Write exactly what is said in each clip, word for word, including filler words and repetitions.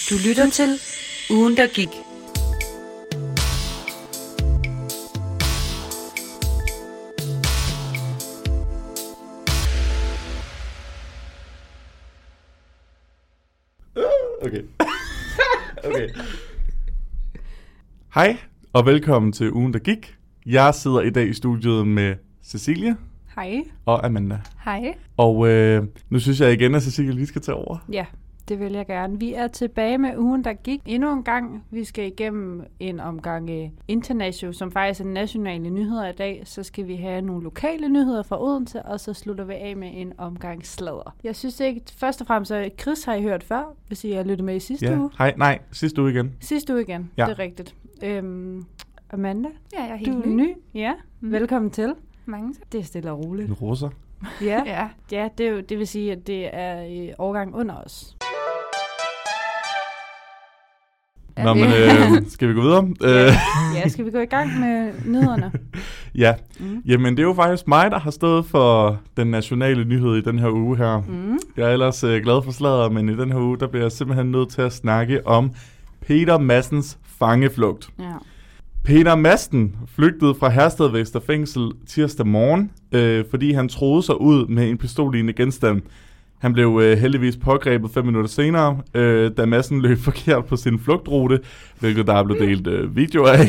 Du lytter til Ugen, der gik. Okay. Okay. Hej, og velkommen til Ugen, der gik. Jeg sidder i dag i studiet med Cecilie. Hej. Og Amanda. Hej. Og øh, nu synes jeg igen, at Cecilie lige skal tage over. Ja, det vil jeg gerne. Vi er tilbage med Ugen, der gik endnu en gang. Vi skal igennem en omgang uh, international, som faktisk er nationale nyheder i dag. Så skal vi have nogle lokale nyheder fra Odense, og så slutter vi af med en omgang sladder. Jeg synes ikke, først og fremmest, at Chris har I hørt før, hvis I har lyttet med i sidste ja. uge. Hej, nej, sidste uge igen. Sidste uge igen, ja. Det er rigtigt. Øhm, Amanda? Ja, jeg er helt du er ny. ny. Ja, mm. Velkommen til. Mange tak. Det er stille og roligt. En russer. Ja, ja. ja det, er jo, det vil sige, at det er øh, årgang under os. Nå, men øh, skal vi gå videre? Ja. ja, skal vi gå i gang med nyhederne? Ja, mm. Jamen det er jo faktisk mig, der har stået for den nationale nyhed i den her uge her. Mm. Jeg er ellers øh, glad for sladder, men i den her uge, der bliver jeg simpelthen nødt til at snakke om Peter Madsens fangeflugt. Ja. Peter Madsen flygtede fra Hersted Vestre Fængsel tirsdag morgen, øh, fordi han troede sig ud med en pistollignende genstand. Han blev øh, heldigvis pågrebet fem minutter senere, øh, da Madsen løb forkert på sin flugtrute, hvilket der er blevet delt øh, videoer af.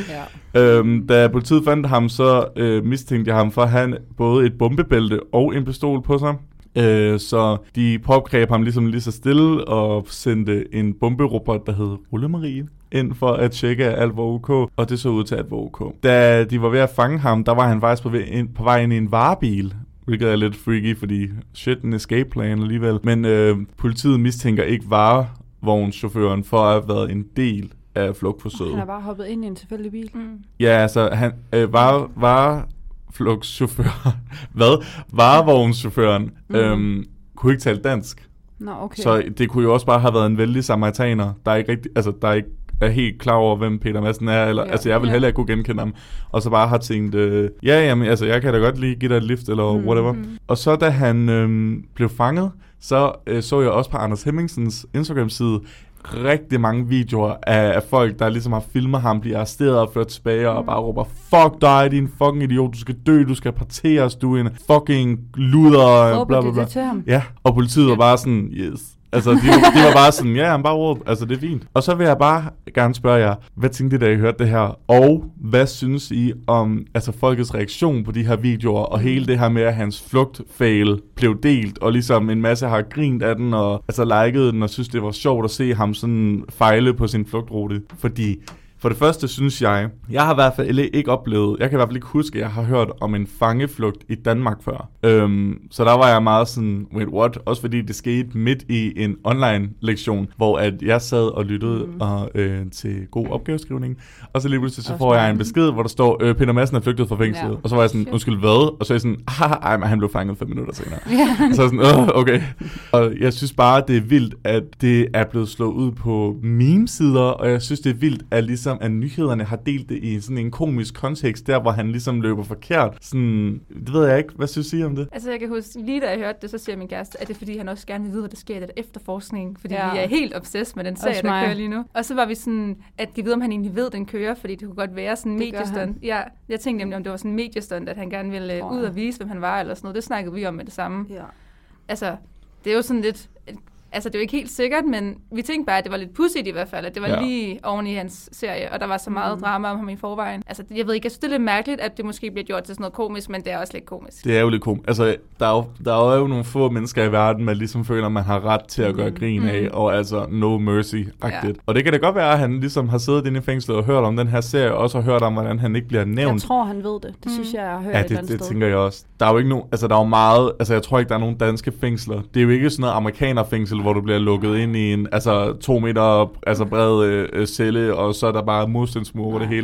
Ja. øhm, da politiet fandt ham, så øh, mistænkte jeg ham for at have både et bombebælte og en pistol på sig. Øh, så de pågreb ham ligesom lige så stille og sendte en bomberobot, der hed Rullemarie, ind for at tjekke, at alt var ok, og det så ud til, at alt var ok. Da de var ved at fange ham, der var han faktisk på vej ind, på vej ind i en varebil, hvilket er lidt freaky, fordi shit, en escape plan alligevel. Men øh, politiet mistænker ikke varevognschaufføren for at have været en del af flugtforsøget. Han er bare hoppet ind i en tilfældig bil. Mm. Ja, altså, han øh, var... var flugtchauffør, hvad? Varevognschaufføren mm. øhm, kunne ikke tale dansk. Nå, okay. Så det kunne jo også bare have været en vældig samaritaner, der ikke rigtig, altså der ikke er helt klar over, hvem Peter Madsen er, eller, ja. altså jeg vil heller ikke kunne genkende ham, og så bare har tænkt, øh, ja, jamen, altså jeg kan da godt lige give dig et lift, eller mm. whatever. Mm. Og så da han øh, blev fanget, så øh, så jeg også på Anders Hemmingsens Instagram-side, rigtig mange videoer af, af folk, der ligesom har filmet ham, bliver arresteret og ført tilbage, mm. og bare råber, fuck dig, din fucking idiot, du skal dø, du skal parteres, du er en fucking luder. Råber bla, bla, bla. Det til ham? Ja, og politiet var bare sådan, yes. Altså, de, de var bare sådan, ja, han bare råb, altså det er fint. Og så vil jeg bare gerne spørge jer, hvad tænkte I, da I hørte det her? Og hvad synes I om altså folkets reaktion på de her videoer, og hele det her med, at hans flugtfail blev delt, og ligesom en masse har grint af den, og altså liket den, og synes, det var sjovt at se ham sådan fejle på sin flugtrute. Fordi for det første synes jeg, jeg har i hvert fald ikke oplevet, jeg kan i hvert fald ikke huske, at jeg har hørt om en fangeflugt i Danmark før. Øhm, så der var jeg meget sådan, wait what? Også fordi det skete midt i en online lektion, hvor at jeg sad og lyttede mm. og, øh, til god opgaveskrivning. Og så lige pludselig så får jeg en besked, hvor der står, øh, Peter Madsen er flygtet fra fængslet. Ja. Og så var jeg sådan, undskyld hvad? Og så er jeg sådan, ej, men han blev fanget fem minutter senere. Ja. Og så er jeg sådan, åh, okay. Og jeg synes bare, det er vildt, at det er blevet slået ud på meme-sider, og jeg synes, det er vildt, at ligesom at nyhederne har delt det i sådan en komisk kontekst, der hvor han ligesom løber forkert. Sådan, det ved jeg ikke. Hvad synes I om det? Altså jeg kan huske, lige da jeg hørte det, så siger min kæreste, at det er fordi, han også gerne vil vide, at der sker det efterforskning, fordi ja. vi er helt obsessed med den sag, der kører lige nu. Og så var vi sådan, at de ved, om han egentlig ved, den kører, fordi det kunne godt være sådan en mediestunt. Ja, jeg tænkte nemlig, om det var sådan en mediestunt, at han gerne ville oh. ud og vise, hvem han var, eller sådan noget. Det snakkede vi om med det samme. Ja. Altså, det er jo sådan lidt... Altså, det er jo ikke helt sikkert, men vi tænkte bare, at det var lidt pudsigt i hvert fald, at det var ja. lige oven i hans serie, og der var så meget mm. drama om ham i forvejen. Altså, jeg ved ikke, jeg synes, det er lidt mærkeligt, at det måske bliver gjort til sådan noget komisk, men det er også lidt komisk. Det er jo lidt komisk. Altså, der er jo, der er jo nogle få mennesker i verden, man ligesom føler, at man har ret til at gøre mm. grin af, mm. og altså no mercy-agtigt. Ja. Og det kan da godt være, at han ligesom har siddet inde i fængslet og hørt om den her serie, og også har hørt om, hvordan han ikke bliver nævnt. Jeg tror, han ved det. Det mm. synes jeg, jeg har hørt ja, et det, andet det sted. tænker jeg også. Der er jo ikke nogen, altså der er jo meget, altså jeg tror ikke, der er nogen danske fængsler. Det er jo ikke sådan noget amerikanerfængsel, hvor du bliver lukket ind i en altså to meter altså bred øh, celle, og så er der bare modstandsmure over det hele.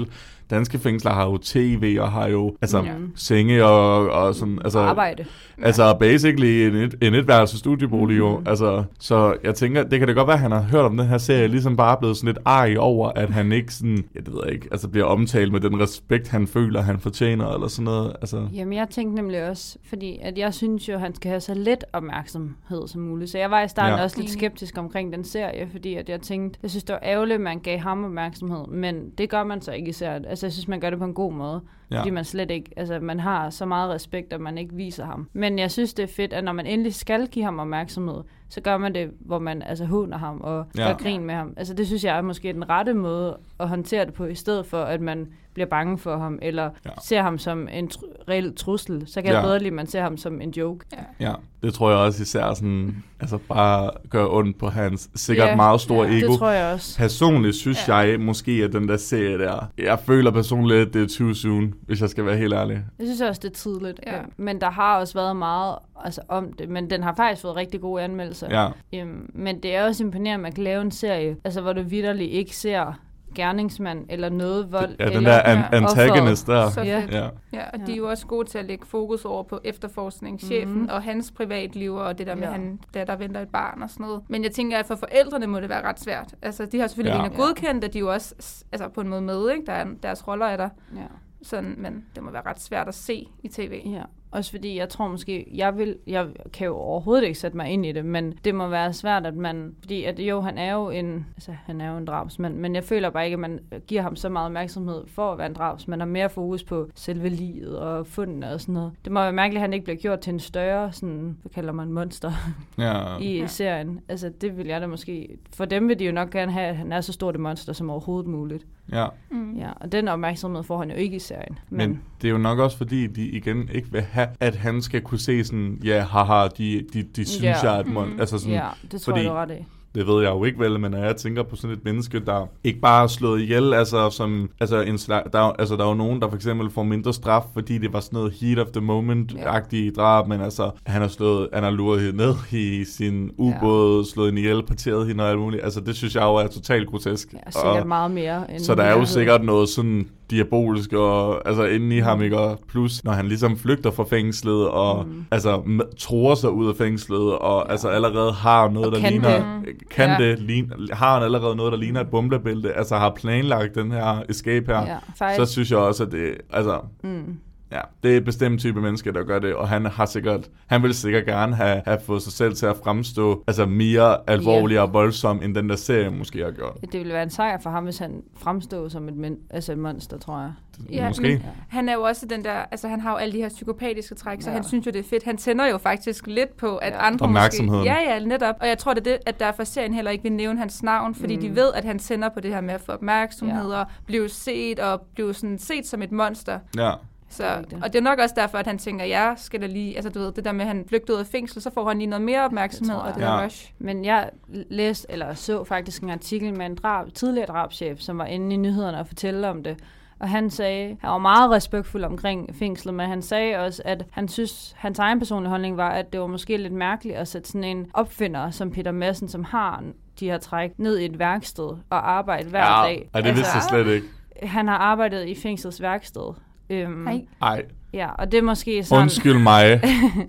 danske fængsler har jo tv og har jo altså ja. senge og, og sådan, altså arbejde. Altså basically en, et, en etværelses studiebolig jo. Mm. Altså, så jeg tænker, det kan det godt være, at han har hørt om den her serie, ligesom bare blevet sådan lidt ej over, at han ikke sådan, jeg det ved jeg ikke, altså bliver omtalt med den respekt, han føler, han fortjener, eller sådan noget. Altså. Jamen, jeg tænkte nemlig også, fordi at jeg synes jo, at han skal have så lidt opmærksomhed som muligt. Så jeg var i starten ja. også lidt skeptisk omkring den serie, fordi at jeg tænkte, jeg synes, det var ærgerligt, at man gav ham opmærksomhed, men det gør man så ikke især. Altså, jeg synes, man gør det på en god måde. Ja. Fordi man slet ikke, altså man har så meget respekt, at man ikke viser ham. Men jeg synes, det er fedt, at når man endelig skal give ham opmærksomhed, så gør man det, hvor man altså håner ham og ja. gør grin med ham. Altså det synes jeg er måske den rette måde at håndtere det på, i stedet for, at man bliver bange for ham, eller ja. ser ham som en tr- reel trussel. Så kan ja. jeg bedre lide, at man ser ham som en joke. Ja, ja. Det tror jeg også især sådan, altså bare gør ondt på hans sikkert ja. meget store ja. ego. Det tror jeg også. Personligt synes ja. jeg måske, at den der serie der, jeg føler personligt, at det er too soon, hvis jeg skal være helt ærlig. Jeg synes også, det er tidligt. Ja. Men der har også været meget altså, om det, men den har faktisk fået rigtig gode anmeldelser. Ja. Øhm, men det er også imponerende, at man kan lave en serie, altså hvor du vitterligt ikke ser gerningsmand eller noget vold. Ja, den eller der an- antagonist der. Så ja. ja. ja, og de er jo også gode til at lægge fokus over på efterforskningschefen mm. og hans privatliv og det der med, ja. han, der, der venter et barn og sådan noget. Men jeg tænker, at for forældrene må det være ret svært. Altså, de har selvfølgelig ja. en godkendt, at de jo også altså, på en måde med, ikke? Der er, deres roller er der. Ja. Sådan, men det må være ret svært at se i tv. Ja. Også fordi jeg tror måske, jeg vil, jeg kan jo overhovedet ikke sætte mig ind i det, men det må være svært, at man, fordi at jo, han er jo en, altså han er jo en drabsmand, men jeg føler bare ikke, at man giver ham så meget opmærksomhed for at være en drabsmand, og mere fokus på selve livet og fundene og sådan noget. Det må være mærkeligt, at han ikke bliver gjort til en større, sådan, hvad kalder man, monster ja. i ja. serien. Altså det vil jeg da måske, for dem vil de jo nok gerne have, at han er så stort et monster som overhovedet muligt. Ja. Mm. Ja, og den opmærksomhed får han jo ikke i serien. Men, men det er jo nok også fordi, de igen ikke vil have, at han skal kunne se sådan, ja, haha, de, de, de synes, yeah. jeg er et mon- mm. altså sådan, ja, det tror fordi, jeg, du ret i. Det ved jeg jo ikke vel, men når jeg tænker på sådan et menneske, der ikke bare er slået ihjel, altså som, altså, en slag, der, altså der er jo nogen, der for eksempel får mindre straf, fordi det var sådan noget heat of the moment-agtige drab, men altså, han har slået, han har luret hende ned i sin ubåd, ja. slået hende ihjel, parteret hende og alt muligt. Altså det synes jeg jo er totalt grotesk. Ja, sikkert og, meget mere. End så der er jo sikkert noget sådan diabolisk og altså inde i ham, ikke? Og plus når han ligesom flygter fra fængslet og mm. altså tror sig ud af fængslet og ja. altså allerede har noget, og der ligner det. kan ja. det ligne, har han allerede noget, der ligner et bombebælte, altså har planlagt den her escape her, ja, så synes jeg også, at det, altså, mm. ja, det er et bestemt type menneske, der gør det, og han har sikkert, han vil sikkert gerne have, have fået sig selv til at fremstå, altså mere alvorlig yeah. og voldsom, end den der serie måske har gjort. Det ville være en sejr for ham, hvis han fremstod som et, men, altså et monster, tror jeg. Ja, måske. Men han er jo også den der, altså han har jo alle de her psykopatiske træk, så ja. han synes jo, det er fedt. Han tænder jo faktisk lidt på, at ja. andre måske... Ja, ja, netop. Og jeg tror, det er det, at derfor serien heller ikke vil nævne hans navn, fordi mm. de ved, at han tænder på det her med at få opmærksomhed ja. og blive set, og blive sådan set som et monster. Ja. Så, og det er nok også derfor, at han tænker, jeg skal da lige, altså du ved, det der med, at han flygter ud af fængsel, så får han lige noget mere opmærksomhed, og det ja. der rush. Men jeg læste, eller så faktisk en artikel med en drab, tidligere drabschef, som var inde i nyhederne og fortælle om det. Og han sagde, han var meget respektfuld omkring fængslet, men han sagde også, at han synes, hans egen personlige holdning var, at det var måske lidt mærkeligt at sætte sådan en opfinder som Peter Madsen, som har de her træk, ned i et værksted og arbejde hver ja, dag. Ja, det vidste jeg slet ikke. Han har arbejdet i fængslets værksted. Øhm, Nej. Ja, og det er måske sådan... Undskyld mig.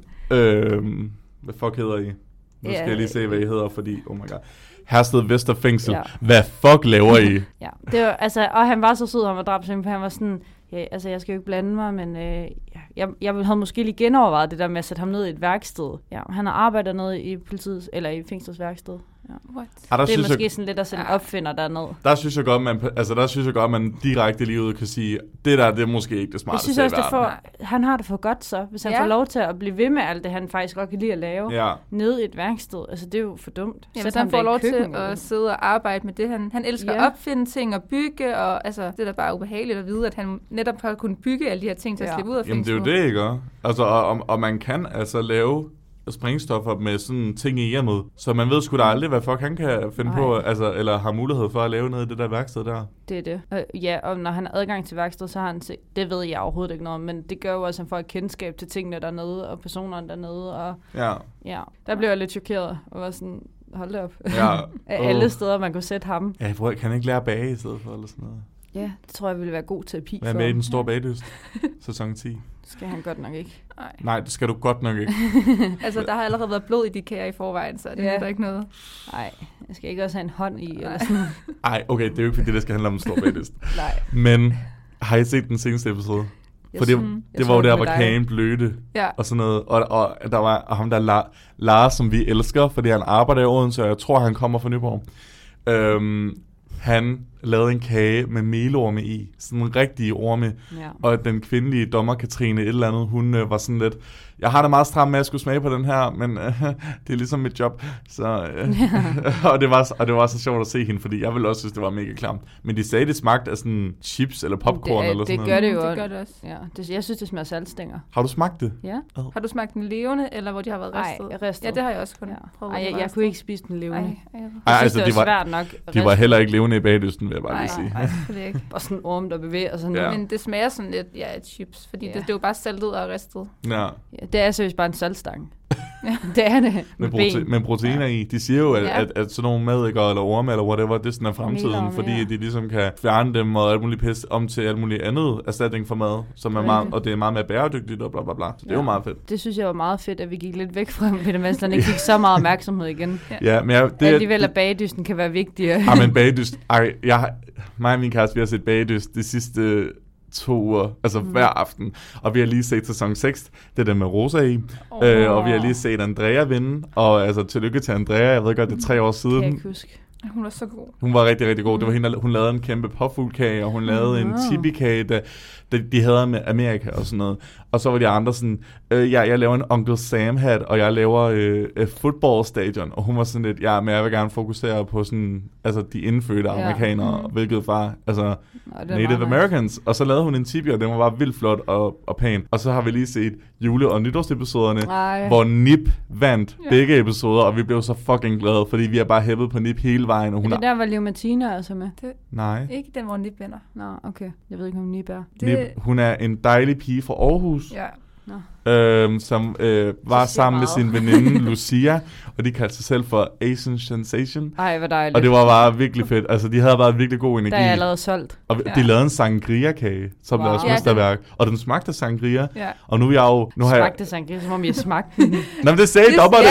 øhm, hvad fuck hedder I? Nu skal ja, jeg lige se, hvad I hedder, fordi, oh my god. Hersted Vesterfængsel. Ja. Hvad fuck laver I? Ja, det var, altså, og han var så sød, han var dræbt, for han var sådan, ja, altså jeg skal jo ikke blande mig, men øh, jeg, jeg havde måske lige genovervejet det der med at sætte ham ned i et værksted. Ja, han har arbejdet nede i politiets, eller i fængslets værksted. Ja. Ah, det er måske jeg, sådan lidt at sætte en opfinder derned. Der synes jeg godt, man, altså der synes jeg godt, man direkte lige ud kan sige, det der, det er måske ikke det smarteste. Jeg synes også, det får, han har det for godt så, hvis han ja. får lov til at blive ved med alt det, han faktisk godt kan lide at lave, ja. nede i et værksted. Altså det er jo for dumt. Ja, hvis han får lov til at sidde og arbejde med det, han, han elsker ja. at opfinde ting og bygge, og altså det er da bare ubehageligt at vide, at han netop har kunnet bygge alle de her ting til ja. at slippe ud af fængslet. Jamen det er jo det, ikke? Altså, og, og, og man kan altså lave sprængstoffer med sådan ting i hjemmet, så man ved sgu da aldrig, hvad fuck han kan finde Ej. på, altså, eller har mulighed for at lave noget i det der værksted der. Det er det. Øh, ja, og når han har adgang til værksted, så har han, se- det ved jeg overhovedet ikke noget om, men det gør jo også, at han får et kendskab til tingene dernede, og personerne dernede, og ja, ja der blev jeg lidt chokeret, og var sådan, hold det op. Ja. Af alle uh. steder, man kunne sætte ham. Ja, jeg kan han ikke lære at bage i stedet for, eller sådan noget? Ja, det tror jeg ville være god terapi. Hvad med i Den Store Bagdyst? Sæson ti. Skal han godt nok ikke. Nej, Nej, det skal du godt nok ikke. altså, der har allerede været blod i de kager i forvejen, så det ja. er der ikke noget. Nej, jeg skal ikke også have en hånd i. Eller sådan. Ej, okay, det er jo ikke fordi, det skal handle om Den Store Bagdyst. Nej. Men har I set den seneste episode? For det, mm, det var jo der, hvor kagen blødte ja. og sådan noget. Og, og der var og ham der La, Lars, som vi elsker, fordi han arbejder i Odense, og jeg tror, han kommer fra Nyborg. Øhm, han lavede en kage med melorme i. Sådan en rigtig orme. Ja. Og den kvindelige dommer, Katrine et eller andet, hun øh, var sådan lidt, jeg har det meget stramt med at skulle smage på den her, men øh, det er ligesom mit job. Så, øh, ja. og, det var, og det var så sjovt at se hende, fordi jeg ville også synes, det var mega klamt. Men de sagde, det smagte af sådan chips eller popcorn det, eller sådan det gør noget. Det jo det gør det også. Ja, det, jeg synes, det smager saltstænger. Har du smagt det? Ja. Oh. Har du smagt den levende, eller hvor de har været ristet? Nej, ristet. Ja, det har jeg også kun ja. prøvet. Ej, jeg, jeg kunne ikke spise den levende. Ej, jeg, jeg synes, altså, det var svært nok. De var heller ikke levende i bagdysten, vil jeg bare nej, lige sige. Nej, det er ikke. Og sådan en orm, der bevæger og sådan ja. noget. Men det smager sådan lidt, ja, chips, fordi ja. det, det er jo bare saltet og ristet. Ja. Ja, det er seriøst bare en saltstang. Ja. Det er det. Med, prote- med proteiner ja. i. De siger jo, at, ja. at, at sådan nogle madikker eller orme eller whatever, det sådan er fremtiden, Melarme, fordi ja. de ligesom kan fjerne dem og alt muligt pis om til alt muligt andet erstatning for mad, som er meget, og det er meget mere bæredygtigt og bla bla bla. Så det ja. er jo meget fedt. Det synes jeg var meget fedt, at vi gik lidt væk fra Peter Madsen, ikke fik så meget opmærksomhed igen. Ja, ja men jeg, det, alligevel at bagdysten kan være vigtigere. Ja, men bagdyst, ej, jeg, mig og min kæreste, vi har set bagdyst de sidste to uger, altså mm. hver aften. Og vi har lige set sæson seks, det er den med Rosa i. Oh. Øh, og vi har lige set Andrea vinde. Og altså, tillykke til Andrea, jeg ved godt, det er tre år siden. Kan jeg ikke huske. Hun var så god. Hun var rigtig, rigtig god. Mm. Det var hende, der, hun lavede en kæmpe påfuglkage, og hun lavede mm. en tibi-kage, der, der de havde med Amerika og sådan noget. Og så var de andre sådan, øh, ja, jeg laver en Uncle Sam-hat, og jeg laver øh, et footballstadion. Og hun var sådan lidt, ja, men jeg vil gerne fokusere på sådan, altså de indfødte ja. amerikanere, mm. hvilket var, altså Nå, Native Americans. Nice. Og så lavede hun en tibi, og den var bare vildt flot og, og pæn. Og så har vi lige set jule- og nytårsepisoderne, Ej. hvor Nip vandt ja. begge episoder, og vi blev så fucking glade, fordi vi har bare hæppet på Nip hele vejen. Og hun er det der, hvor Leo Martina altså med? Det, Nej. Ikke den, hvor Nip vinder. Nå, okay. Jeg ved ikke, om Nip er. Det... Nip, hun er en dejlig pige fra Aarhus. Ja. Øhm, som øh, var sammen meget. med sin veninde Lucia, og de kaldte sig selv for Asian Sensation. Ej, hvor dejligt. Og det var bare virkelig fedt. Altså, de havde bare virkelig god energi. Der er jeg allerede solgt. Og ja. de lavede en sangria-kage, som wow. deres ja, mesterværk. Og den smagte sangria. Ja. Og nu er jeg jo... Nu har smagte jeg... sangria, som om jeg smagte den. Nå, men det sagde dommerne.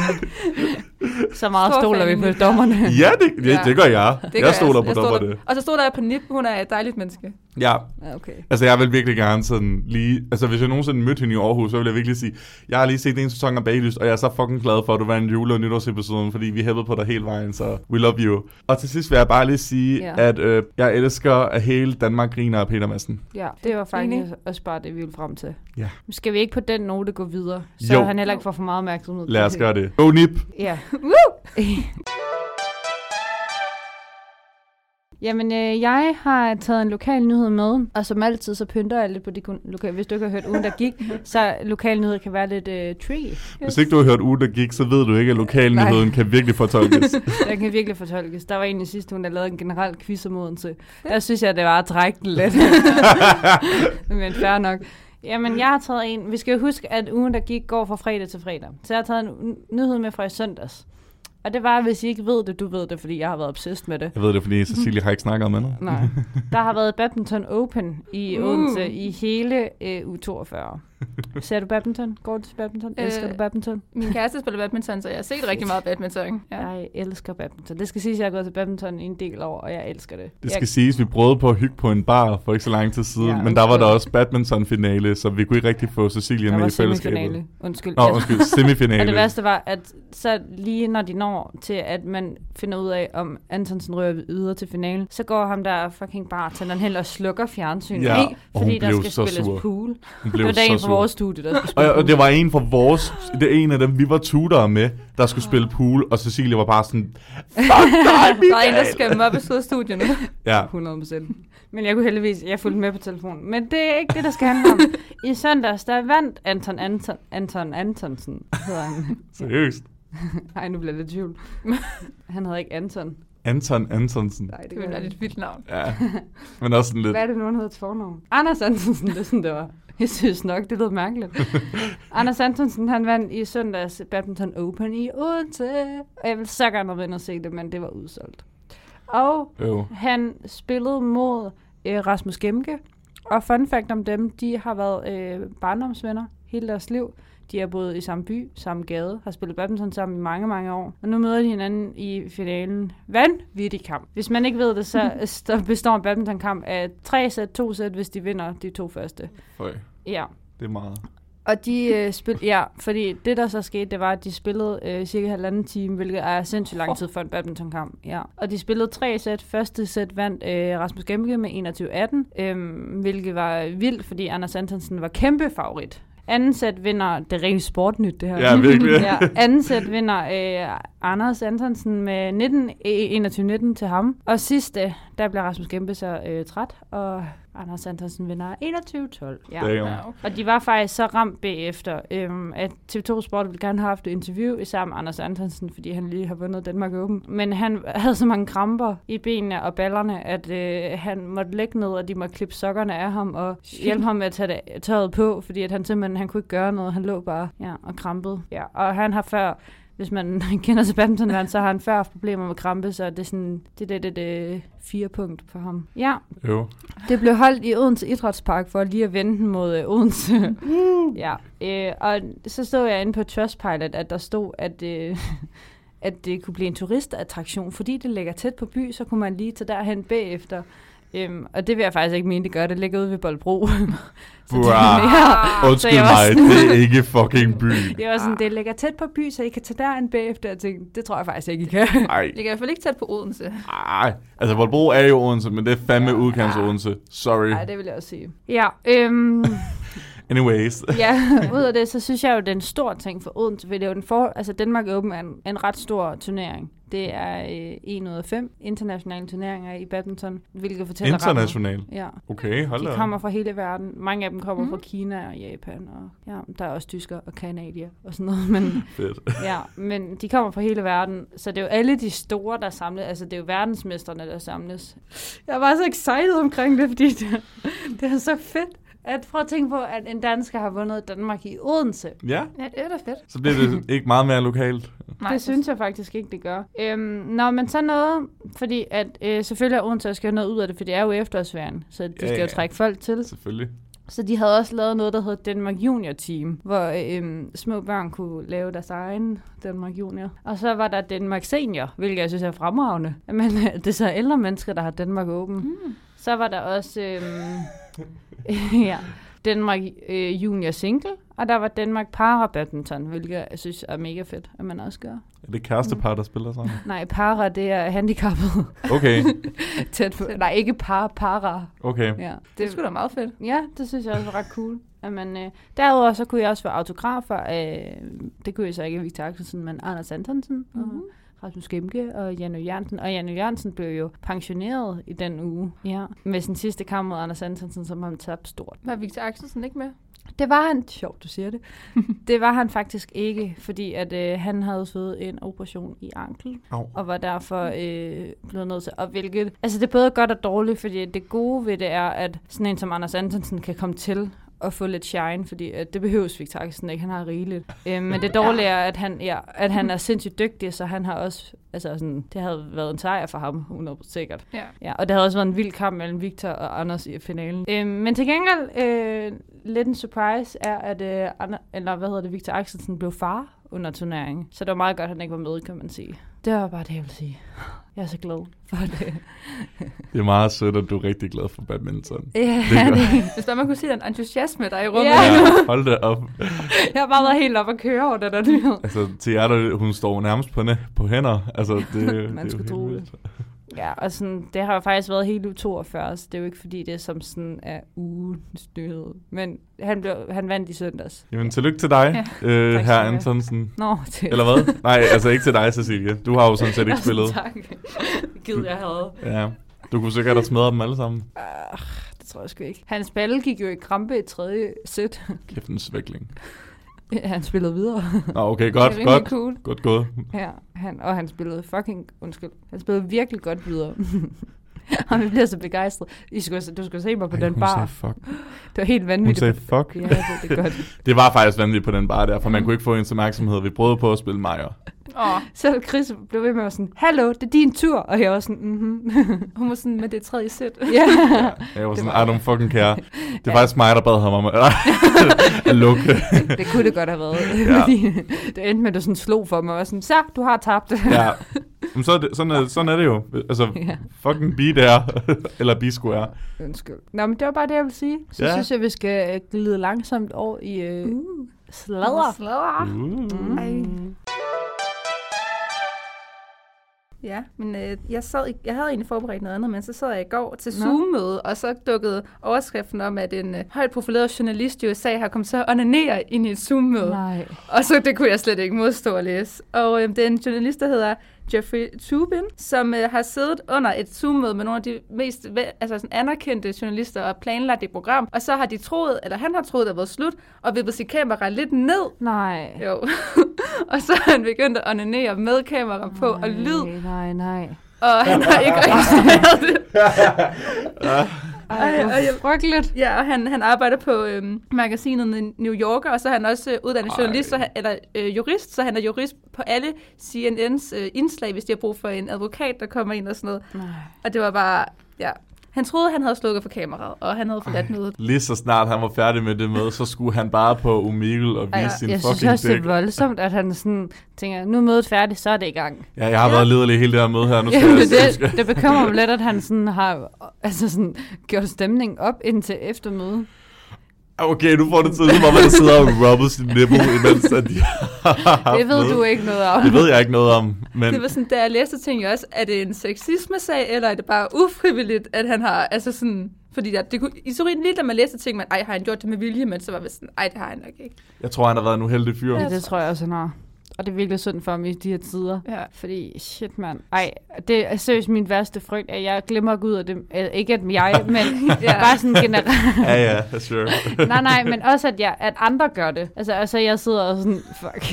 Så meget stoler vi på dommerne. Ja, det, det, ja. det gør jeg. Det gør jeg stoler jeg. på jeg dommerne. Og så stod der på Nip, hun er et dejligt menneske. Ja. ja okay. Altså, jeg vil virkelig gerne sådan lige... Altså, hvis jeg nogensinde mødte hende i Aarhus, så vil jeg virkelig sige, jeg har lige set en sæson af Baglyst, og jeg er så fucking glad for, at du var en jule- og nytårsepisode, fordi vi hæppede på dig hele vejen, så we love you. Og til sidst vil jeg bare lige sige, ja. at øh, jeg elsker, at hele Danmark griner af Peter Madsen. Ja, det var faktisk også bare det, vi ville frem til. Ja. Skal vi ikke på den note gå videre, så jo. han heller ikke får for meget opmærksomhed? Lad os gøre det. Go Nip! Ja. Jamen, øh, jeg har taget en lokal nyhed med, og som altid, så pynter jeg lidt på de lokale. Hvis du ikke har hørt ugen, der gik, så lokal nyhed kan være lidt øh, tricky. Hvis ikke du har hørt ugen, der gik, så ved du ikke, at lokalnyheden kan virkelig fortolkes. Den kan virkelig fortolkes. Der var en i sidste uge, der lavede en generel quiz om Odense. Der synes jeg, det var at trække den lidt. Men fair nok. Jamen, jeg har taget en. Vi skal jo huske, at ugen, der gik, går fra fredag til fredag. Så jeg har taget en nyhed med fra i søndags. Og det var, hvis I ikke ved det, du ved det, fordi jeg har været obsessed med det. Jeg ved det, fordi Cecilie har ikke snakket om det. Nej. Der har været badminton open i Odense uh. i hele øh, U toogfyrre. Ser du badminton? Går du til badminton? Øh, elsker du badminton? Min kæreste spiller badminton, så jeg har set rigtig meget badminton. Ja. Jeg elsker badminton. Det skal siges, at jeg har gået til badminton i en del år, og jeg elsker det. Det skal jeg... siges, at vi prøvede på at hygge på en bar for ikke så lang tid siden, ja, men der var der også badminton-finale, så vi kunne ikke rigtig få Cecilie med i fællesskabet. Semifinale. Undskyld. Nå, undskyld. Semifinale. Og det værste var, at så lige når de når til, at man finder ud af, om Antonsen rører videre til finalen, så går ham der fucking bartenderen hen og slukker fjernsynet, ja, fordi der skal spilles sur. pool. Det var dagen fra vores studie, der skulle spille og, og det var en fra vores, det er en af dem, vi var tutorer med, der skulle spille pool, og Cecilie var bare sådan, fuck dig, Michael! Der er en, der skal mobbes ud af studiet nu. Ja. hundrede procent. Men jeg kunne heldigvis, jeg fulgte med på telefonen. Men det er ikke det, der skal handle om. I søndags, der vandt Anton Anton, Anton Antonsen, hedder han. Seriøst? Nej, nu bliver det lidt tvivl. Han hedder ikke Anton. Anton Antonsen. Nej, det er lidt vildt navn. Ja, men også sådan lidt... Hvad er det nu, han hedder til fornavn? Anders Antonsen, det er sådan, det var. Jeg synes nok, det lød mærkeligt. Anders Antonsen, han vandt i søndags Badminton Open i Odense. Og jeg ville så gerne have været inde og se det, men det var udsolgt. Og Øv. han spillede mod øh, Rasmus Gemke. Og fun fact om dem, de har været øh, barndomsvenner hele deres liv. De har boet i samme by, samme gade, har spillet badminton sammen i mange, mange år. Og nu møder de hinanden i finalen. Vanvittig kamp. Hvis man ikke ved det, så består en badmintonkamp af tre sæt, to sæt, hvis de vinder de to første. Føj. Ja. Det er meget. Og de øh, spillede, ja, fordi det der så skete, det var, at de spillede øh, cirka halvanden time, hvilket er sindssygt lang tid for en badmintonkamp. Ja. Og de spillede tre sæt. Første sæt vandt øh, Rasmus Gemke med enogtyve atten, øh, hvilket var vildt, fordi Anders Antonsen var kæmpe favorit. Anden sæt vinder, det er rigtig sportnyt det her. Ja, virkelig. ja, anden sæt vinder øh, Anders Antonsen med nitten, enogtyve nitten til ham. Og sidste, der bliver Rasmus Gemke så øh, træt, og Anders Antonsen vinder enogtyve tolv. Ja. Ja, okay. Og de var faktisk så ramt bagefter, øhm, at T V to Sport ville gerne have haft et interview sammen med Anders Antonsen, fordi han lige har vundet Danmark Open. Men han havde så mange kramper i benene og ballerne, at øh, han måtte lægge ned, og de måtte klippe sokkerne af ham og hjælpe ham med at tage det, tøjet på, fordi at han simpelthen han kunne ikke gøre noget. Han lå bare ja, og krampede. Ja. Og han har før... Hvis man kender til badmintonverdenen, så har han før haft problemer med krampe, så det er sådan det det det, det fire punkt for ham. Ja. Jo. Det blev holdt i Odense Idrætspark for lige at vende den mod øh, Odense. Mm. ja. Øh, og så stod jeg inde på Trustpilot, at der stod, at øh, at det kunne blive en turistattraktion, fordi det ligger tæt på by, så kunne man lige tage derhen bagefter. Øhm, og det vil jeg faktisk ikke mene, det gør. Det ligger ude ved Boldbro. så det er Undskyld mig, sådan, det er ikke fucking by. Det var sådan, det ligger tæt på by, så I kan tage derhen bagefter. Jeg tænkte, det tror jeg faktisk ikke, I kan. Nej. Det ligger i hvert fald ikke tæt på Odense. Nej, altså Boldbro er jo Odense, men det er fandme ja. udkants Odense. Sorry. Nej, det vil jeg også sige. Ja, øhm... Anyways. ja, ud af det, så synes jeg jo, det er en stor ting for Odense, for det er jo den for, altså Danmark Open er en, en ret stor turnering. Det er øh, en ud af fem internationale turneringer i badminton, hvilket fortæller international? Ja. Okay, hold da. De kommer fra hele verden. Mange af dem kommer mm. fra Kina og Japan, og ja, der er også tyskere og kanadier og sådan noget. Men, fedt. Ja, men de kommer fra hele verden, så det er jo alle de store, der samles. Altså, det er jo verdensmestrene, der samles. Jeg var så excited omkring det, fordi det, det er så fedt. At prøv at tænke på, at en dansker har vundet Danmark i Odense. Ja. Ja, det er da fedt. Så bliver det ikke meget mere lokalt. Nej, det synes jeg faktisk ikke, det gør. Øhm, nå, men så noget, fordi at øh, selvfølgelig er Odense skal have noget ud af det, for det er jo efterårsferien, så de ja, skal jo trække folk til. Selvfølgelig. Så de havde også lavet noget, der hed Danmark Junior Team, hvor øhm, små børn kunne lave deres egen Danmark Junior. Og så var der Danmark Senior, hvilket jeg synes er fremragende. Men det er så ældre mennesker, der har Danmark Open. Mm. Så var der også... Øhm, ja, Danmark øh, Junior Single, og der var Danmark Para Badminton, hvilket jeg synes er mega fedt, at man også gør. Er det kærestepar, der spiller sammen? Nej, para, det er handicappet. Okay. Tæt på. Nej, ikke par, para. Okay. Ja. Det, det er sgu da meget fedt. Ja, det synes jeg også var ret cool. At man, øh, derudover så kunne jeg også være autografer af, det kunne jeg så ikke Victor Axelsen, men Anders Antonsen mm-hmm. og Rasmus Gemke og Janne Jørgensen. Og Janne Jørgensen blev jo pensioneret i den uge. Ja. Med sin sidste kamp mod Anders Antonsen, som han tabte stort. Var Victor Axelsen ikke med? Det var han, sjovt du siger det, det var han faktisk ikke, fordi at øh, han havde fået en operation i ankel, oh. og var derfor øh, blevet nødt til at hvilket. Altså det er både godt og dårligt, fordi det gode ved det er, at sådan en som Anders Antonsen kan komme til og få lidt shine, fordi at det behøves Victor Axelsen ikke, han har rigeligt. Øh, men det dårlige er, at han, ja, at han er sindssygt dygtig, så han har også, altså sådan, det havde været en sejr for ham, hundrede procent sikkert. Ja. Ja, og det havde også været en vild kamp mellem Victor og Anders i finalen. Øh, men til gengæld, øh, lidt en surprise er, at øh, Anna, eller hvad hedder det, Victor Axelsen blev far under turneringen. Så det var meget godt, at han ikke var med, kan man sige. Det var bare det, jeg vil sige. Jeg er så glad for det. Det er meget sødt, at du er rigtig glad for badminton. Ja, det, det. Hvis bare man kunne se den entusiasme, der er i rummet. Ja, hold det op. Jeg har bare været helt op at køre over det der nyhed. Altså, til jer, der, hun står nærmest på, næ- på hænder. Altså, det, man det skulle tro det. Ja, og sådan, det har jo faktisk været helt uge toogfyrre, så det er jo ikke fordi, det er som sådan er ugens nyhed. Men han, blev, han vandt i søndags. Jamen, tillykke til dig, ja. øh, herr Antonsen. Nå, til. Eller hvad? Nej, altså ikke til dig, Cecilie. Du har jo sådan set ikke spillet. Tak. Gid, jeg havde. Ja, du kunne sikkert have smadret dem alle sammen. Uh, det tror jeg sgu ikke. Hans balle gik jo i krampe i tredje sæt. Kæft en svækling. Ja, han spillede videre. Nå, okay, godt, godt. Cool. Godt gået. Ja, han, og han spillede fucking, undskyld, han spillede virkelig godt videre. Og vi bliver så begejstrede. I skulle, du skulle se mig på Ej, den hun bar. Sagde fuck. Det var helt vanvittigt. Hun sagde fuck. Ja, det, det er godt. Det var faktisk vanvittigt på den bar der, for man kunne ikke få hendes opmærksomhed. Vi prøvede på at spille Majer. Oh. Så Chris blev ved med at sådan, hallo, det er din tur. Og jeg var sådan, mhm. Hun var sådan, med det tredje sæt. Ja. Ja, jeg var sådan, I don't fucking care. Det er ja. faktisk mig, der bad ham om at lukke. Det kunne det godt have været. Ja. Det endte med, at du sådan slog for mig og var sådan, så, du har tabt. Ja. Men så er det, sådan, er, sådan er det jo. Altså, ja. Fucking be der. Eller be square. Undskyld. Nå, men det var bare det, jeg vil sige. Så ja. synes jeg, vi skal glide langsomt over i øh, uh. sladder. Sladder. Uh. Mm. Ja, men øh, jeg, sad i, jeg havde egentlig forberedt noget andet, men så sad jeg i går til Zoom-møde, og så dukkede overskriften om, at en øh, højt profileret journalist i U S A har kommet til at onanere ind i et Zoom-møde. Nej. Og så det kunne jeg slet ikke modstå at læse. Og øh, det er en journalist, der hedder Jeffrey Toobin, som øh, har siddet under et Zoom-møde med nogle af de mest altså, sådan anerkendte journalister og planlagt et program. Og så har de troet, eller han har troet, at det har været slut, og vippet sit kamera lidt ned. Nej. Jo. Og så har han begyndt at onanere med kamera på nej, og lyd. Nej, nej. Og han har ikke registreret det. Ej, og jeg, frygteligt. Ja, og han, han arbejder på øhm, magasinet New Yorker, og så er han også øh, uddannet journalist, så han, eller øh, jurist, så han er jurist på alle C N N's øh, indslag, hvis de har brug for en advokat, der kommer ind og sådan noget. Nej. Og det var bare, ja... Han troede, han havde slukket for kameraet, og han havde forladt mødet. Lige så snart han var færdig med det møde, så skulle han bare på Omegle og vise Ej, sin jeg fucking synes også, dæk. det er voldsomt, at han sådan tænker, nu er mødet færdigt, så er det i gang. Ja, jeg har ja. været lederlig i hele det her møde her. Nu skal Jamen, jeg, det, skal... det bekymrer mig lidt, at han sådan har altså sådan, gjort stemningen op indtil efter mødet. Okay, nu får det tid, hvor man sidder og rubber sin nipple, imens at de har Det ved med. du ikke noget om. Det ved jeg ikke noget om. Men... Det var sådan, da jeg læste, tænkte jeg også, er det en sexisme-sag, eller er det bare ufrivilligt, at han har, altså sådan... Fordi der, det kunne, i så lige, da man læste ting, man, ej, har han gjort det med vilje, men så var det sådan, ej, det har han nok ikke. Jeg tror, han har været en uheldig fyr. Ja, det tror jeg også, han har. Og det er virkelig synd for ham i de her tider. Ja. Fordi, shit mand. Ej, det er seriøst min værste frygt, at jeg glemmer at gå ud af det. Eller, ikke at jeg, men ja. bare sådan generelt. Ja, ja, sure. nej, nej, men også at, jeg, at andre gør det. Altså, altså jeg sidder og sådan, fuck.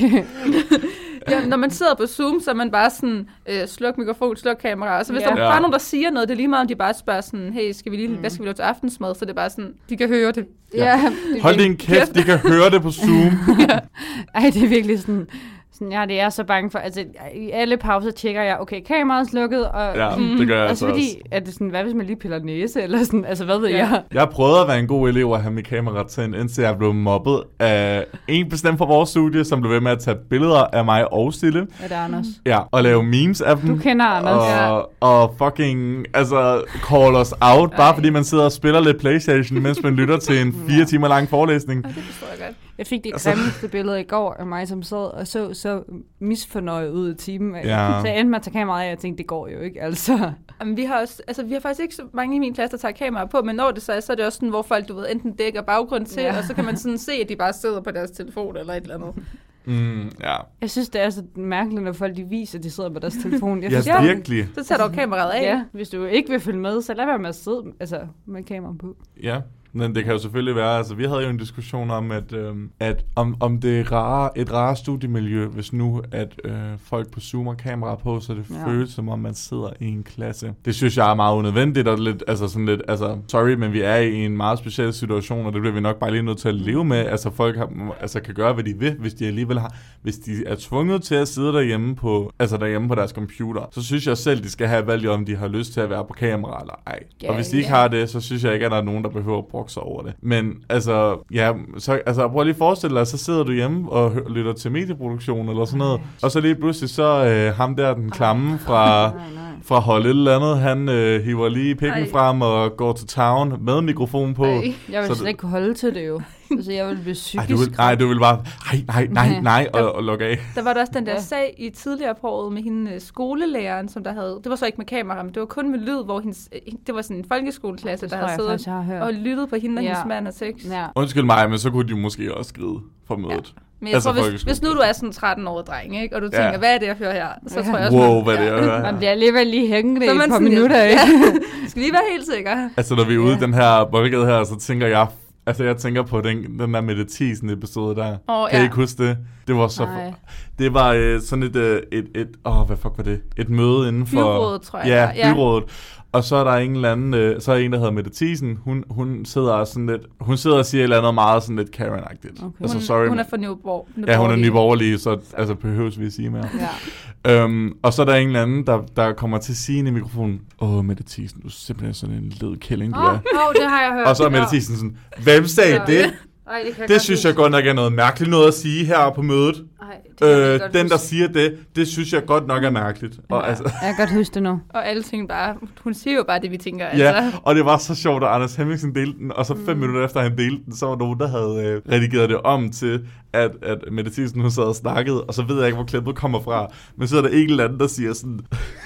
Ja, når man sidder på Zoom, så er man bare sådan, øh, sluk mikrofon, sluk kamera. Og så hvis ja. der er ja. nogen, der siger noget, det er lige meget, om de bare spørger sådan, hey, skal vi lige, mm. hvad skal vi lave til aftensmad? Så det er bare sådan, de kan høre det. Ja. Ja, det Hold din kæft, de kan høre det på Zoom. ja. Ej, det er virkelig sådan... Sådan, ja, det er så bange for, altså i alle pauser tjekker jeg, okay, kameraet er slukket, og, ja, mm, det gør jeg altså fordi, også. er det sådan, hvad hvis man lige piller næse, eller sådan, altså hvad ved ja. jeg? Jeg prøvede at være en god elev og have mit kamera tændt, indtil jeg blev mobbet af en bestemt fra vores studie, som blev ved med at tage billeder af mig og Stille. Ja, det er Anders. Ja, og lave memes af dem. Du kender Anders. Og, ja. og fucking, altså, call us out, bare Ej. fordi man sidder og spiller lidt PlayStation, mens man lytter til en fire timer lang forelæsning. Og det forstår jeg godt. Jeg fik det grimmeste billede i går af mig, som sad og så så misfornøjet ud i timen. Ja. Så jeg endte med at tage kameraet af, og jeg tænkte, det går jo ikke, altså. Jamen, vi har også, altså, vi har faktisk ikke så mange i min klasse, der tager kamera på, men når det så er, så er det også sådan, hvor folk, du ved, enten dækker baggrund til, ja. og så kan man sådan se, at de bare sidder på deres telefon eller et eller andet. Mm, ja. Jeg synes, det er så mærkeligt, når folk de viser, at de sidder på deres telefon. Jeg ja, synes, virkelig. Så tager du kameraet af. Ja, hvis du ikke vil følge med, så lad være med at sidde altså, med kameraet på. Ja. Men det kan jo selvfølgelig være, altså vi havde jo en diskussion om, at, øhm, at om, om det er rare, et rare studiemiljø, hvis nu at øh, folk på Zoom har kamera på, så det ja. føles som om man sidder i en klasse. Det synes jeg er meget unødvendigt og lidt, altså sådan lidt, altså sorry, men vi er i en meget speciel situation, og det bliver vi nok bare lige nødt til at leve med. Altså folk har, altså, kan gøre, hvad de vil, hvis de alligevel har, hvis de er tvunget til at sidde derhjemme på, altså derhjemme på deres computer, så synes jeg selv, de skal have valgt, om de har lyst til at være på kamera eller ej. Yeah, og hvis de ikke yeah. har det, så synes jeg ikke, at der er nogen, der behøver at brokke sig over det. Men altså, ja, så, altså prøv lige at forestille dig, så sidder du hjemme og hø- lytter til medieproduktion eller sådan noget, og så lige pludselig så øh, ham der, den klamme fra, fra hold et eller andet, han øh, hiver lige pikken Ej. frem og går til town med mikrofon på. Ej. Jeg vil slet ikke kunne holde til det jo. Altså, jeg ville blive psykisk. Ej, du vil, nej, du vil bare, nej, nej, nej, nej, og, og lukke af. Der var der også den der ja. sag i tidligere på året med hende skolelæreren, som der havde, det var så ikke med kamera, men det var kun med lyd, hvor hendes, det var sådan en folkeskoleklasse, der havde siddet faktisk, og lyttet på hende og ja. hendes mand og sex. Ja. Undskyld mig, men så kunne de måske også skride fra mødet. Ja. Men jeg altså, tror, hvis, hvis nu du er sådan en tretten-årig dreng, ikke, og du tænker, ja. hvad er det, jeg hører her? Så ja. tror jeg også, wow, hvad er det, jeg hører her? Man bliver alligevel lige hængende i et par minutter, ikke? Ja. Skal lige være helt sikker. Altså, når vi er ude i den her boldgade her, så tænker jeg, altså jeg tænker på den, den der Mette Thiesen episode der. Oh, kan I ja. ikke huske det? Det var så for, det var øh, sådan et, et, et, åh, hvad fuck var det? Et møde inden for... Byrådet, tror jeg. Ja, ja. byrådet. Og så er der en eller anden, øh, så er en, der hedder Mette Thiesen. Hun, hun sidder sådan lidt, hun sidder og siger et eller andet meget sådan lidt Karen-agtigt. Okay. Altså, sorry, hun, hun er fra Nyborg. Ja, hun er nyborgerlig, så altså, behøves vi at sige mere. Ja. Øhm, og så er der en eller anden, der, der kommer til at sige ind i mikrofonen, åh, Mette Thiesen, du er simpelthen sådan en led kælling, du oh, er. Åh, oh, det har jeg hørt. Og så er Mette Thiesen sådan, hvem sagde ja. det? Ej, det det synes jeg godt nok er noget mærkeligt noget at sige her på mødet. Ej, øh, den, huske. der siger det, det synes jeg godt nok er mærkeligt. Ja, og, altså, jeg kan godt huske det nu. Og alle ting bare, hun siger jo bare det, vi tænker. Ja, altså. Og det var så sjovt, at Anders Hemmingsen delte den, og så fem mm. minutter efter han delte den, så var nogen, der havde øh, redigeret det om til, at, at Mette Thiesen, hun sad og snakkede, og så ved jeg ikke, hvor klippet kommer fra. Men så er der en eller anden, der siger sådan...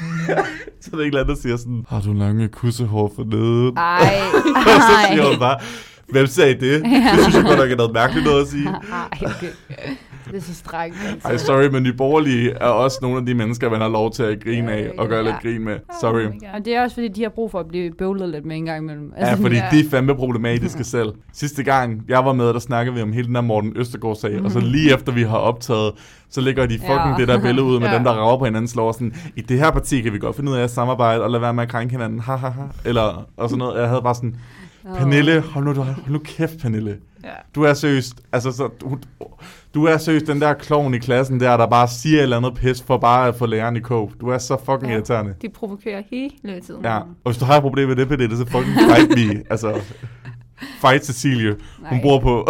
så er der en eller anden, der siger sådan, har du lange kussehår for neden? Ej, og så siger hun bare... Hvem sagde det? Ja. Det synes jeg godt nok er noget mærkeligt noget at sige. Ej, okay. Det er så strengt. Altså. Ej, sorry, men Nye Borgerlige er også nogle af de mennesker, man har lov til at grine af og gøre ja. lidt grin med. Sorry. Oh, og det er også, fordi de har brug for at blive bøvlet lidt med en gang imellem. Altså, ja, fordi ja. de er fandme problematiske selv. Sidste gang, jeg var med, der snakkede vi om hele den der Morten Østergaard-sag, mm-hmm. og så lige efter vi har optaget, så lægger de fucking ja. det der billede ud med ja. dem, der rager på hinandens lov. Sådan, i det her parti kan vi godt finde ud af at samarbejde og lade være med at krænke hinanden. Ha, ha, ha. Eller og sådan noget. Jeg havde bare sådan... Pernille, hold nu, hold nu kæft, Pernille. Ja. Du er seriøst, altså så, du, du er seriøst den der klovn i klassen der, der bare siger et eller andet pis for bare at få læreren i kog. Du er så fucking ja. irriterende. De provokerer hele tiden. Ja, og hvis du har et problem med det, Pernille, så fucking fight me. Altså, fight Cecilie. Hun bor på...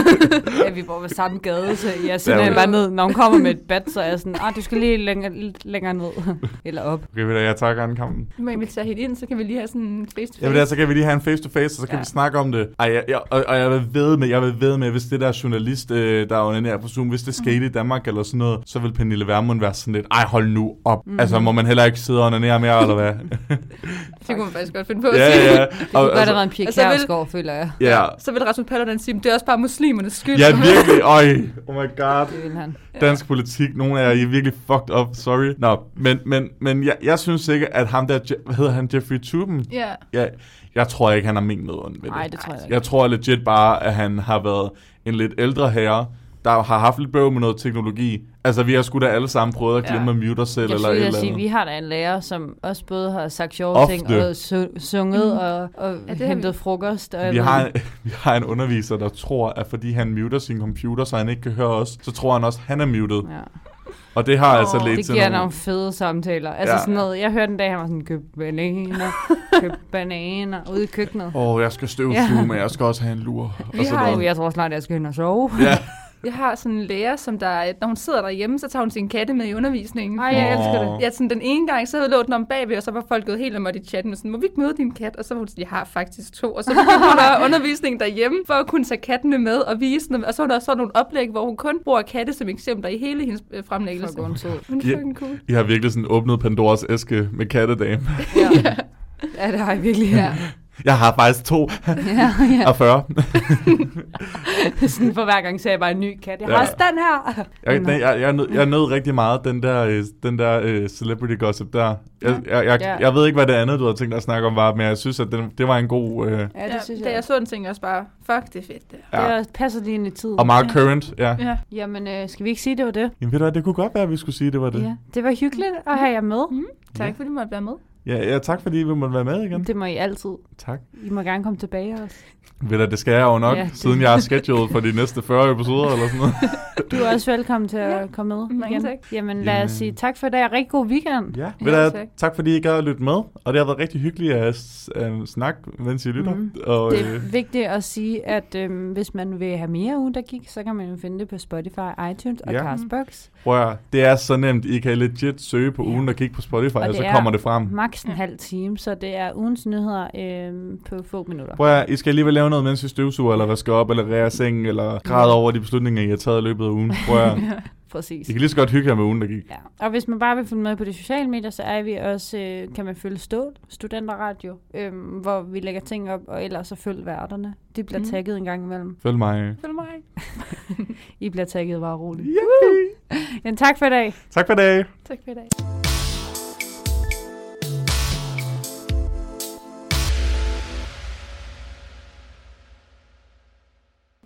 ja, vi bor på samme gade, så jeg simpelthen ja, bare ned. Når hun kommer med et bat, så er jeg sådan, ah, du skal lige længere, længere ned. Eller op. Okay, ved du, jeg tager gerne kampen. Du må invitere hende ind, så kan vi lige have sådan en face-to-face. Ja, ved du, så kan vi lige have en face-to-face, og så kan ja. vi snakke om det. Ej, jeg, jeg, og, og jeg vil ved med, jeg vil ved med, hvis det der journalist, øh, der er under på Zoom, hvis det skete mm. i Danmark eller sådan noget, så vil Pernille Vermund være sådan lidt, ej, hold nu op. Mm. Altså, må man heller ikke sidde under nær mere, eller hvad? Det kunne man faktisk godt finde på at ja, sige. Ja, ja. Det kunne godt have været en Pia Kjærsgaard, føler jeg. Ja. Så vil Rasmus Paludan sige, det er også bare muslimernes skyld. Ja, virkelig. Øj, oh my god. Det vil han. Dansk ja. politik, nogle af jer, I er virkelig fucked up, sorry. Nå, men, men, men jeg, jeg synes ikke, at ham der, hvad hedder han, Jeffrey Tubin? Ja. Jeg, jeg tror ikke, han har ment noget med det. Nej, det tror jeg ikke. Jeg tror legit bare, at han har været en lidt ældre herre, der har haft lidt bøv med noget teknologi. Altså, vi har sgu da alle sammen prøvet at glemme ja. at mute os selv. Jeg eller et eller sige, vi har da en lærer, som også både har sagt sjove Ofte. ting og su- sunget mm. og, og ja, hentet frokost. Og vi, har en, vi har en underviser, der tror, at fordi han muter sin computer, så han ikke kan høre os, så tror han også, at han er muted. Ja. Og det har oh, altså lidt det til giver nogle... nogle fede samtaler. Altså ja. sådan noget, jeg hørte en dag, han var sådan, køb bananer, køb bananer ude i køkkenet. Åh, oh, jeg skal støvsuge, ja. men jeg skal også have en lur. Vi og så har, jeg tror snart, jeg skal hen og sove. Ja. Jeg har sådan en lærer, som der, når hun sidder derhjemme, så tager hun sin katte med i undervisningen. Ej, jeg elsker det. Ja, sådan den ene gang, så lå den om bagved, og så var folk gået helt om i chatten med sådan, må vi ikke møde din kat? Og så var hun sådan, jeg har faktisk to. Og så begyndte hun der undervisningen derhjemme, for at kunne tage kattene med og vise dem. Og så var der sådan nogle oplæg, hvor hun kun bruger katte som eksempler i hele hendes fremlæggelse. Hun er fucking cool. I har virkelig sådan åbnet Pandoras æske med kattedame. Ja. Ja, det har jeg virkelig. Ja. Jeg har faktisk to ja, ja. af fyrre. Sådan for hver gang ser jeg bare en ny kat. Jeg har ja. også den her. Jeg, jeg, jeg, jeg, nød, jeg nød rigtig meget den der, den der uh, celebrity gossip der. Jeg, jeg, jeg, jeg, jeg ved ikke, hvad det andet, du havde tænkt dig at snakke om var, men jeg synes, at den, det var en god... Uh... Ja, det synes ja, jeg. Da jeg så den, tænkte jeg også bare, fuck, det er fedt det. Ja. Det passer lige ind i tiden. Og meget current, ja. ja. Jamen, øh, skal vi ikke sige, det var det? Jamen ved du hvad, det kunne godt være, at vi skulle sige, det var det. Ja. Det var hyggeligt at have jer med. Mm. Tak, ja. fordi du måtte være med. Ja, ja, tak fordi vi måtte være med igen. Det må I altid. Tak. I må gerne komme tilbage også. Ved du, det skal jeg jo nok, ja, siden jeg har schedulet for de næste fyrre episoder eller sådan noget. Du er også velkommen til at komme med Mange igen. Tak. Jamen lad Jamen. os sige tak for i dag. Rigtig god weekend. Ja, ved ja, du, tak. tak fordi I gad at lytte med. Og det har været rigtig hyggeligt at uh, snakke, mens I lytter. Mm. Og, det er øh, vigtigt at sige, at øh, hvis man vil have mere ugen, der gik, så kan man jo finde det på Spotify, iTunes og ja. Castbox. Prøv det er så nemt. I kan legit søge på ugen, der gik på Spotify, og, og så kommer det frem. Maks en halv time, så det er ugens nyheder øh, på få minutter. Prøv at, I skal alligevel lave noget, mens I støvsuger, eller vasker op, eller ræger sengen, eller græder over de beslutninger, I har taget i løbet af ugen. Prøv at, Præcis. I kan lige så godt hygge jer med ugen, der gik. Ja. Og hvis man bare vil følge med på de sociale medier, så er vi også, øh, kan man følge Stål, Studenterradio, øh, hvor vi lægger ting op, og ellers så følg værterne. De bliver mm. tagget en gang imellem. Følg mig. Følg mig. I bliver tagget bare roligt. Yeah. Men tak for i dag. Tak for i dag. Tak for i dag.